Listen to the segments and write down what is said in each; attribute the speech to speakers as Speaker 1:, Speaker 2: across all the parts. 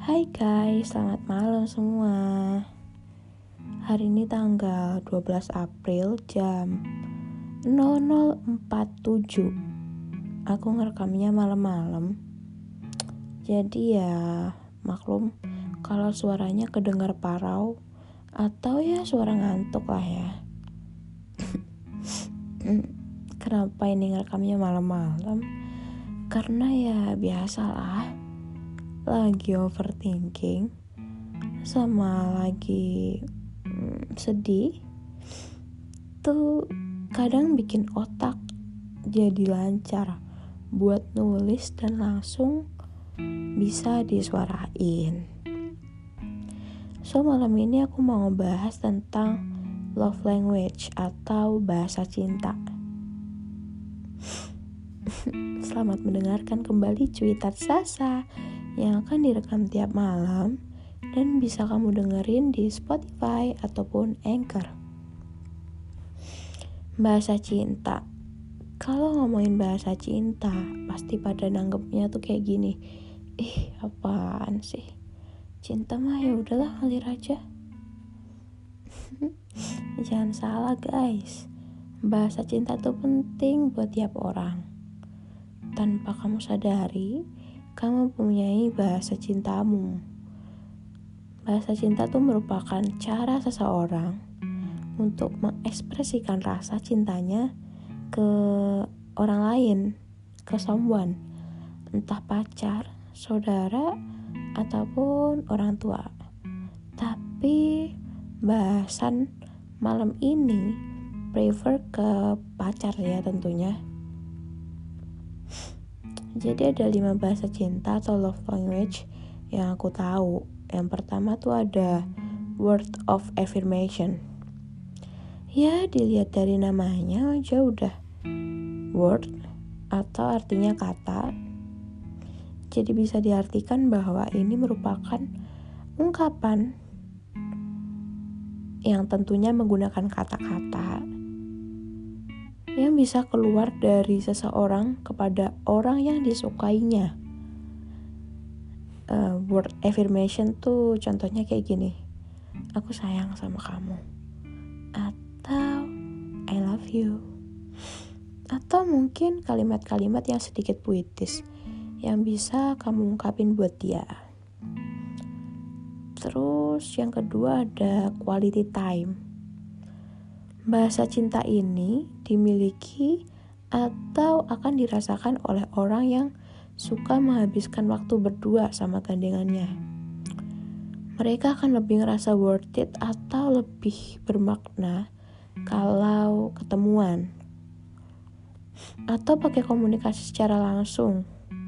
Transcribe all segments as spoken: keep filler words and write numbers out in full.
Speaker 1: Hai guys, selamat malam semua. Hari ini tanggal dua belas April jam nol nol empat tujuh. Aku ngerekamnya malam-malam. Jadi ya maklum kalau suaranya kedengar parau atau ya suara ngantuk lah ya. Kenapa ini ngerekamnya malam-malam? Karena ya biasalah, lagi overthinking sama lagi hmm, sedih tuh kadang bikin otak jadi lancar buat nulis dan langsung bisa disuarain. So malam ini aku mau ngebahas tentang love language atau bahasa cinta. Selamat mendengarkan kembali cuitan Sasa yang akan direkam tiap malam dan bisa kamu dengerin di Spotify ataupun Anchor. Bahasa cinta. Kalau ngomongin bahasa cinta, pasti pada nanggepnya tuh kayak gini. Ih, apaan sih? Cinta mah ya udahlah, ngalir aja. Jangan salah guys. Bahasa cinta tuh penting buat tiap orang. Tanpa kamu sadari, kamu mempunyai bahasa cintamu. Bahasa cinta itu merupakan cara seseorang untuk mengekspresikan rasa cintanya ke orang lain, ke someone, entah pacar, saudara, ataupun orang tua. Tapi bahasan malam ini prefer ke pacar ya tentunya. Jadi ada lima bahasa cinta atau love language yang aku tahu. Yang pertama tuh ada word of affirmation. Ya dilihat dari namanya aja udah word atau artinya kata. Jadi bisa diartikan bahwa ini merupakan ungkapan yang tentunya menggunakan kata-kata yang bisa keluar dari seseorang kepada orang yang disukainya. Uh, word affirmation tuh contohnya kayak gini. Aku sayang sama kamu. Atau I love you. Atau mungkin kalimat-kalimat yang sedikit puitis yang bisa kamu ungkapin buat dia. Terus yang kedua ada quality time. Bahasa cinta ini dimiliki atau akan dirasakan oleh orang yang suka menghabiskan waktu berdua sama gandengannya. Mereka akan lebih ngerasa worth it atau lebih bermakna kalau ketemuan atau pakai komunikasi secara langsung,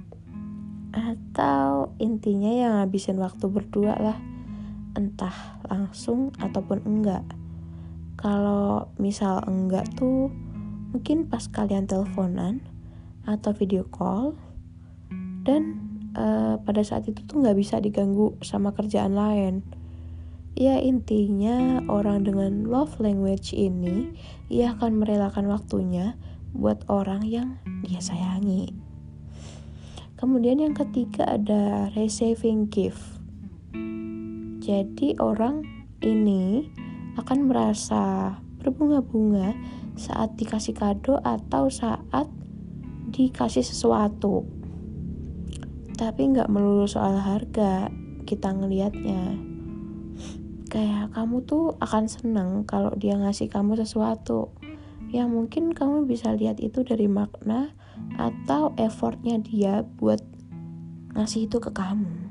Speaker 1: atau intinya yang ngabisin waktu berdua lah, entah langsung ataupun enggak. Kalau misal enggak tuh mungkin pas kalian teleponan atau video call dan uh, pada saat itu tuh nggak bisa diganggu sama kerjaan lain. Ya intinya orang dengan love language ini ia akan merelakan waktunya buat orang yang dia sayangi. Kemudian yang ketiga ada receiving gift. Jadi orang ini akan merasa berbunga-bunga saat dikasih kado atau saat dikasih sesuatu. Tapi gak melulu soal harga kita ngelihatnya. Kayak kamu tuh akan seneng kalau dia ngasih kamu sesuatu yang mungkin kamu bisa lihat itu dari makna atau effortnya dia buat ngasih itu ke kamu.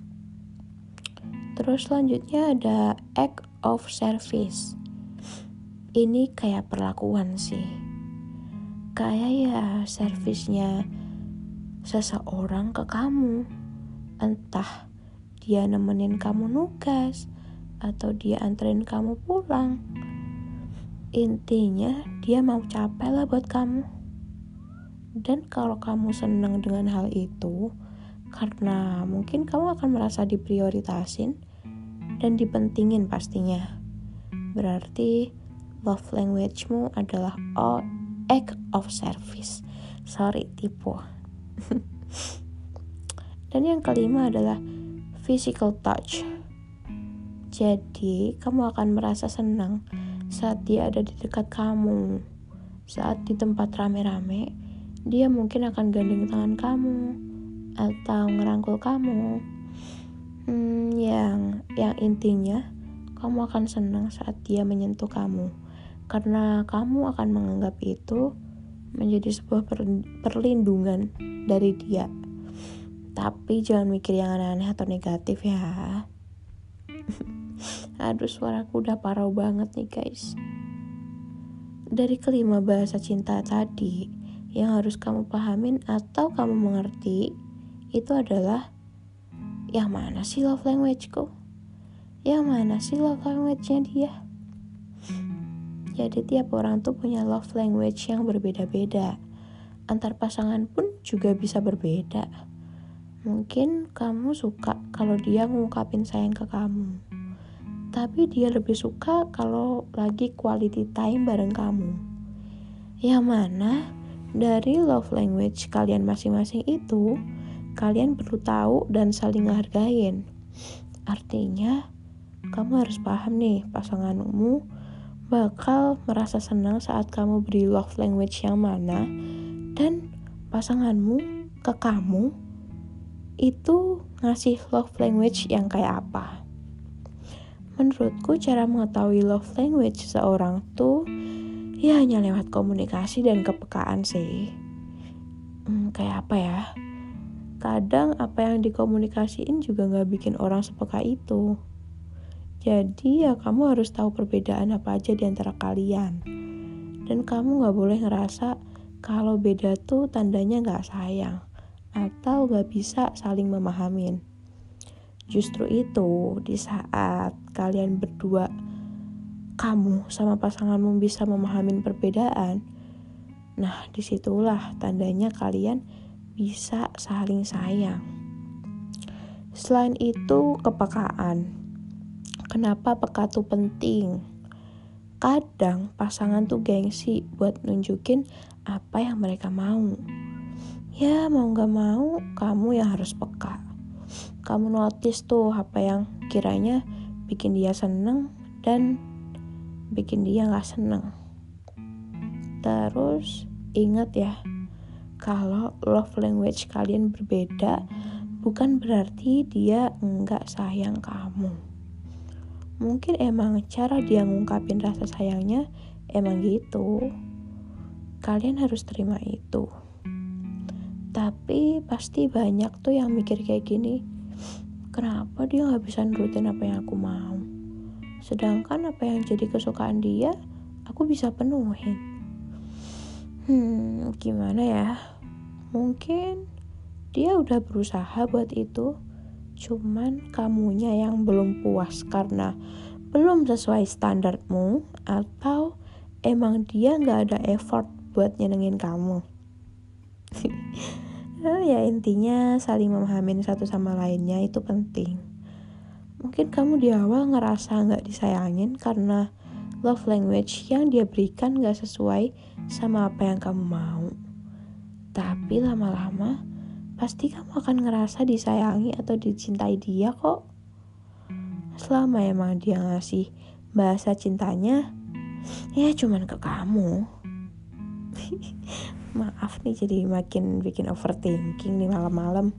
Speaker 1: Terus selanjutnya ada act of service. Ini kayak perlakuan sih. Kayak ya servisnya seseorang ke kamu. Entah dia nemenin kamu nugas atau dia anterin kamu pulang. Intinya dia mau capek lah buat kamu. Dan kalau kamu senang dengan hal itu, karena mungkin kamu akan merasa diprioritasin dan dipentingin pastinya. Berarti love language-mu adalah all act of service. Sorry, tipu. Dan yang kelima adalah physical touch. Jadi kamu akan merasa senang saat dia ada di dekat kamu. Saat di tempat rame-rame, dia mungkin akan gandeng tangan kamu atau ngerangkul kamu. Hmm, yang yang intinya kamu akan senang saat dia menyentuh kamu, karena kamu akan menganggap itu menjadi sebuah per- perlindungan dari dia. Tapi jangan mikir yang aneh-aneh atau negatif ya. Aduh, suaraku udah parau banget nih guys. Dari kelima bahasa cinta tadi, yang harus kamu pahamin atau kamu mengerti itu adalah, yang mana sih love language-ku? Yang mana sih love language-nya dia? Jadi tiap orang tuh punya love language yang berbeda-beda. Antar pasangan pun juga bisa berbeda. Mungkin kamu suka kalau dia ngungkapin sayang ke kamu, tapi dia lebih suka kalau lagi quality time bareng kamu. Yang mana dari love language kalian masing-masing itu, kalian perlu tahu dan saling menghargain. Artinya, kamu harus paham nih, pasanganmu bakal merasa senang saat kamu beri love language yang mana, dan pasanganmu ke kamu itu ngasih love language yang kayak apa. Menurutku cara mengetahui love language seseorang tuh ya hanya lewat komunikasi dan kepekaan sih. Hmm, kayak apa ya? Kadang apa yang dikomunikasiin juga gak bikin orang sepeka itu. Jadi ya kamu harus tahu perbedaan apa aja di antara kalian. Dan kamu gak boleh ngerasa kalau beda tuh tandanya gak sayang atau gak bisa saling memahamin. Justru itu, di saat kalian berdua, kamu sama pasanganmu bisa memahamin perbedaan, nah disitulah tandanya kalian bisa saling sayang. Selain itu, kepekaan. Kenapa peka tuh penting? Kadang pasangan tuh gengsi buat nunjukin apa yang mereka mau. Ya mau gak mau, kamu yang harus peka. Kamu notice tuh apa yang kiranya bikin dia seneng dan bikin dia gak seneng. Terus ingat ya, kalau love language kalian berbeda, bukan berarti dia enggak sayang kamu. Mungkin emang cara dia ngungkapin rasa sayangnya emang gitu. Kalian harus terima itu. Tapi pasti banyak tuh yang mikir kayak gini, kenapa dia gak bisa nurutin apa yang aku mau? Sedangkan apa yang jadi kesukaan dia, aku bisa penuhin. Hmm, gimana ya? Mungkin dia udah berusaha buat itu, cuman kamunya yang belum puas karena belum sesuai standarmu, atau emang dia gak ada effort buat nyenengin kamu. Nah, ya intinya saling memahami satu sama lainnya itu penting. Mungkin kamu di awal ngerasa gak disayangin karena love language yang dia berikan gak sesuai sama apa yang kamu mau. Tapi lama-lama pasti kamu akan ngerasa disayangi atau dicintai dia kok. Selama emang dia ngasih bahasa cintanya ya cuman ke kamu. Maaf nih jadi makin bikin overthinking nih malam-malam.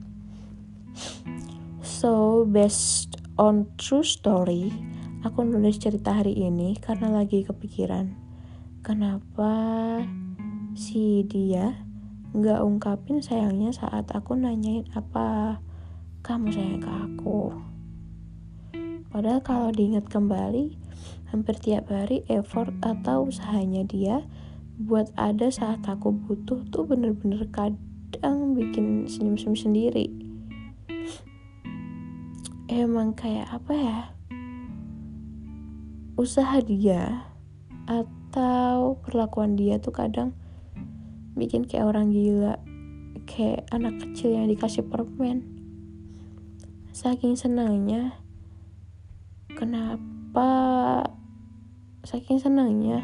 Speaker 1: So based on true story, aku nulis cerita hari ini karena lagi kepikiran kenapa si dia gak ungkapin sayangnya saat aku nanyain apa kamu sayang ke aku. Padahal kalau diingat kembali, hampir tiap hari effort atau usahanya dia buat ada saat aku butuh tuh bener-bener kadang bikin senyum-senyum sendiri. Emang kayak apa ya, usaha dia atau perlakuan dia tuh kadang bikin kayak orang gila, kayak anak kecil yang dikasih permen. Saking senangnya, kenapa saking senangnya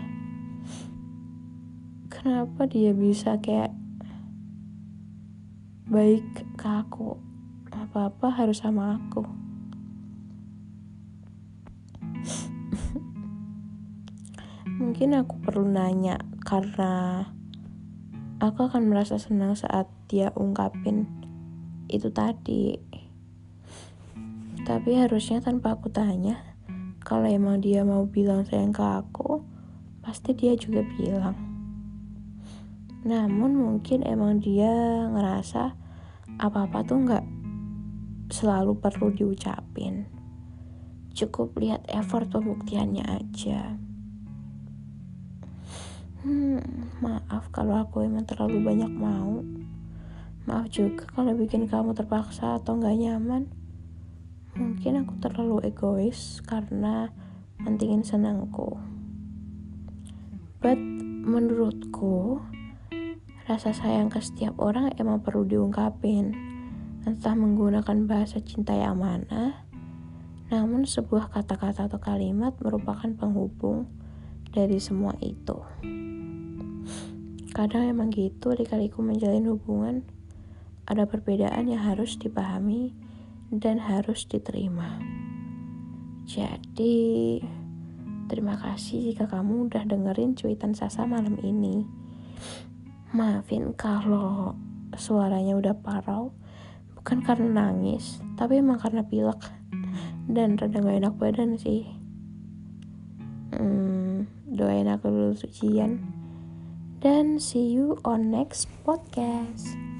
Speaker 1: kenapa dia bisa kayak baik ke aku, apa-apa harus sama aku. Mungkin aku perlu nanya karena aku akan merasa senang saat dia ungkapin itu tadi. Tapi harusnya tanpa aku tanya, kalau emang dia mau bilang sayang ke aku, pasti dia juga bilang. Namun mungkin emang dia ngerasa apa-apa tuh gak selalu perlu diucapin. Cukup lihat effort pembuktiannya aja. Hmm, maaf kalau aku emang terlalu banyak mau. Maaf juga kalau bikin kamu terpaksa atau gak nyaman. Mungkin aku terlalu egois karena mentingin senangku. But menurutku, rasa sayang ke setiap orang emang perlu diungkapin. Entah menggunakan bahasa cinta yang mana, namun sebuah kata-kata atau kalimat merupakan penghubung dari semua itu. Kadang emang gitu, lika-liku menjalin hubungan, ada perbedaan yang harus dipahami dan harus diterima. Jadi, terima kasih jika kamu udah dengerin cuitan Sasa malam ini. Maafin kalau suaranya udah parau, bukan karena nangis, tapi emang karena pilek dan rada gak enak badan sih. Hmm, doain aku lulus ujian. Dan see you on next podcast.